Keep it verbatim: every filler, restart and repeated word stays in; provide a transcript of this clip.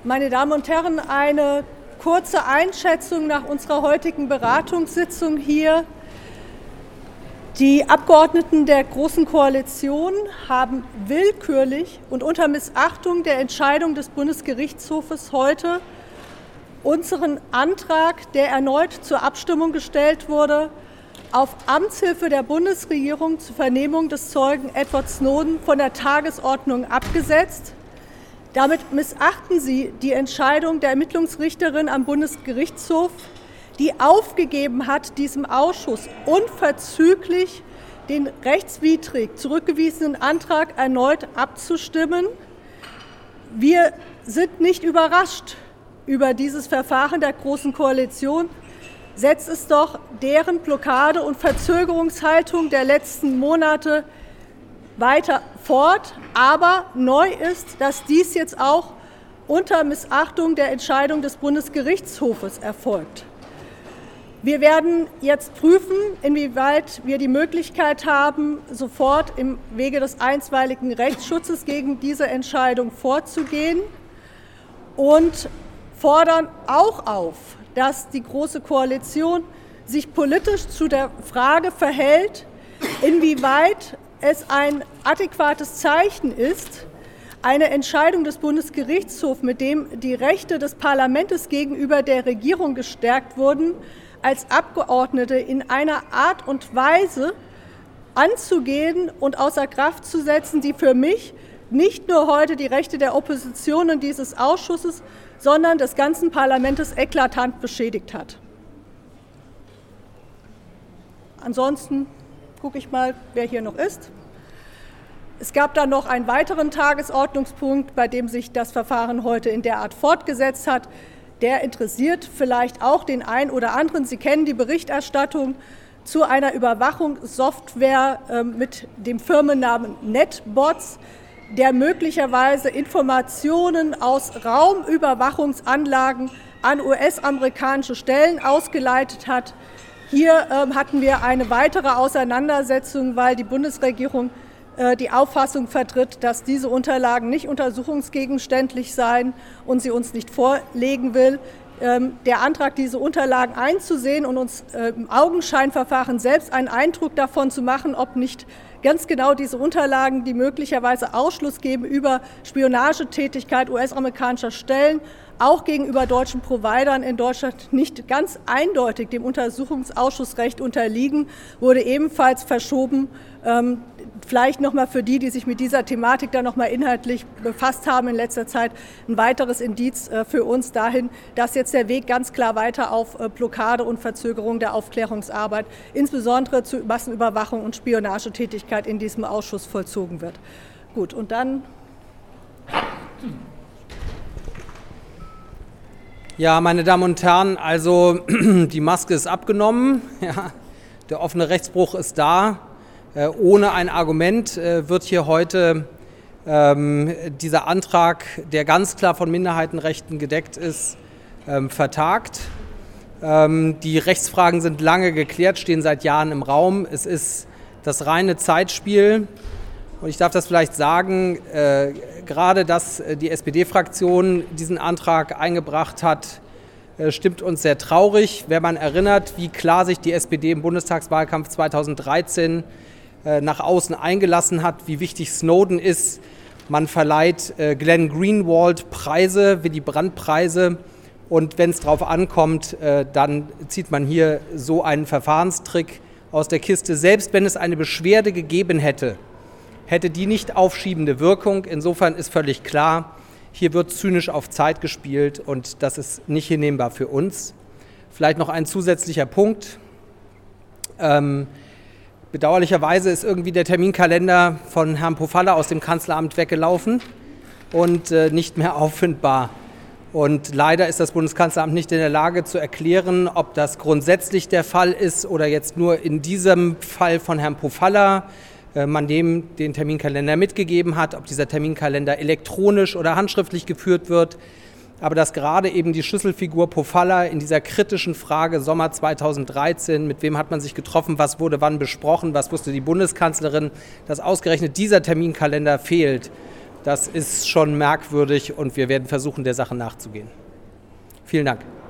Meine Damen und Herren, eine kurze Einschätzung nach unserer heutigen Beratungssitzung hier. Die Abgeordneten der Großen Koalition haben willkürlich und unter Missachtung der Entscheidung des Bundesgerichtshofes heute unseren Antrag, der erneut zur Abstimmung gestellt wurde, auf Amtshilfe der Bundesregierung zur Vernehmung des Zeugen Edward Snowden von der Tagesordnung abgesetzt. Damit missachten Sie die Entscheidung der Ermittlungsrichterin am Bundesgerichtshof, die aufgegeben hat, diesem Ausschuss unverzüglich den rechtswidrig zurückgewiesenen Antrag erneut abzustimmen. Wir sind nicht überrascht über dieses Verfahren der Großen Koalition. Setzt es doch deren Blockade und Verzögerungshaltung der letzten Monate weiter fort. Aber neu ist, dass dies jetzt auch unter Missachtung der Entscheidung des Bundesgerichtshofes erfolgt. Wir werden jetzt prüfen, inwieweit wir die Möglichkeit haben, sofort im Wege des einstweiligen Rechtsschutzes gegen diese Entscheidung vorzugehen und fordern auch auf, dass die Große Koalition sich politisch zu der Frage verhält, inwieweit es ein adäquates Zeichen ist, eine Entscheidung des Bundesgerichtshofs, mit dem die Rechte des Parlaments gegenüber der Regierung gestärkt wurden, als Abgeordnete in einer Art und Weise anzugehen und außer Kraft zu setzen, die für mich nicht nur heute die Rechte der Opposition und dieses Ausschusses, sondern des ganzen Parlaments eklatant beschädigt hat. Ansonsten gucke ich mal, wer hier noch ist. Es gab dann noch einen weiteren Tagesordnungspunkt, bei dem sich das Verfahren heute in der Art fortgesetzt hat. Der interessiert vielleicht auch den einen oder anderen. Sie kennen die Berichterstattung zu einer Überwachungssoftware äh, mit dem Firmennamen NetBots, der möglicherweise Informationen aus Raumüberwachungsanlagen an U S-amerikanische Stellen ausgeleitet hat. Hier ähm, hatten wir eine weitere Auseinandersetzung, weil die Bundesregierung äh, die Auffassung vertritt, dass diese Unterlagen nicht untersuchungsgegenständlich seien und sie uns nicht vorlegen will. Ähm, der Antrag, diese Unterlagen einzusehen und uns äh, im Augenscheinverfahren selbst einen Eindruck davon zu machen, ob nicht ganz genau diese Unterlagen, die möglicherweise Ausschluss geben über Spionagetätigkeit U S-amerikanischer Stellen, auch gegenüber deutschen Providern in Deutschland nicht ganz eindeutig dem Untersuchungsausschussrecht unterliegen, wurde ebenfalls verschoben. Ähm, vielleicht nochmal für die, die sich mit dieser Thematik dann nochmal inhaltlich befasst haben in letzter Zeit, ein weiteres Indiz äh, für uns dahin, dass jetzt der Weg ganz klar weiter auf äh, Blockade und Verzögerung der Aufklärungsarbeit, insbesondere zu Massenüberwachung und Spionagetätigkeit in diesem Ausschuss vollzogen wird. Gut, und dann... Ja, meine Damen und Herren, also die Maske ist abgenommen, ja, der offene Rechtsbruch ist da. Äh, ohne ein Argument äh, wird hier heute ähm, dieser Antrag, der ganz klar von Minderheitenrechten gedeckt ist, ähm, vertagt. Ähm, die Rechtsfragen sind lange geklärt, stehen seit Jahren im Raum. Es ist das reine Zeitspiel. Und ich darf das vielleicht sagen, äh, gerade dass die S P D-Fraktion diesen Antrag eingebracht hat, äh, stimmt uns sehr traurig, wenn man erinnert, wie klar sich die S P D im Bundestagswahlkampf zweitausenddreizehn äh, nach außen eingelassen hat, wie wichtig Snowden ist. Man verleiht äh, Glenn Greenwald Preise, Willy Brandt-Preise. Und wenn es darauf ankommt, äh, dann zieht man hier so einen Verfahrenstrick aus der Kiste. Selbst wenn es eine Beschwerde gegeben hätte, hätte die nicht aufschiebende Wirkung. Insofern ist völlig klar, hier wird zynisch auf Zeit gespielt und das ist nicht hinnehmbar für uns. Vielleicht noch ein zusätzlicher Punkt. Ähm, bedauerlicherweise ist irgendwie der Terminkalender von Herrn Pofalla aus dem Kanzleramt weggelaufen und äh, nicht mehr auffindbar. Und leider ist das Bundeskanzleramt nicht in der Lage zu erklären, ob das grundsätzlich der Fall ist oder jetzt nur in diesem Fall von Herrn Pofalla man dem den Terminkalender mitgegeben hat, ob dieser Terminkalender elektronisch oder handschriftlich geführt wird. Aber dass gerade eben die Schlüsselfigur Pofalla in dieser kritischen Frage Sommer zweitausenddreizehn, mit wem hat man sich getroffen, was wurde wann besprochen, was wusste die Bundeskanzlerin, dass ausgerechnet dieser Terminkalender fehlt, Das ist schon merkwürdig und wir werden versuchen, der Sache nachzugehen. Vielen Dank.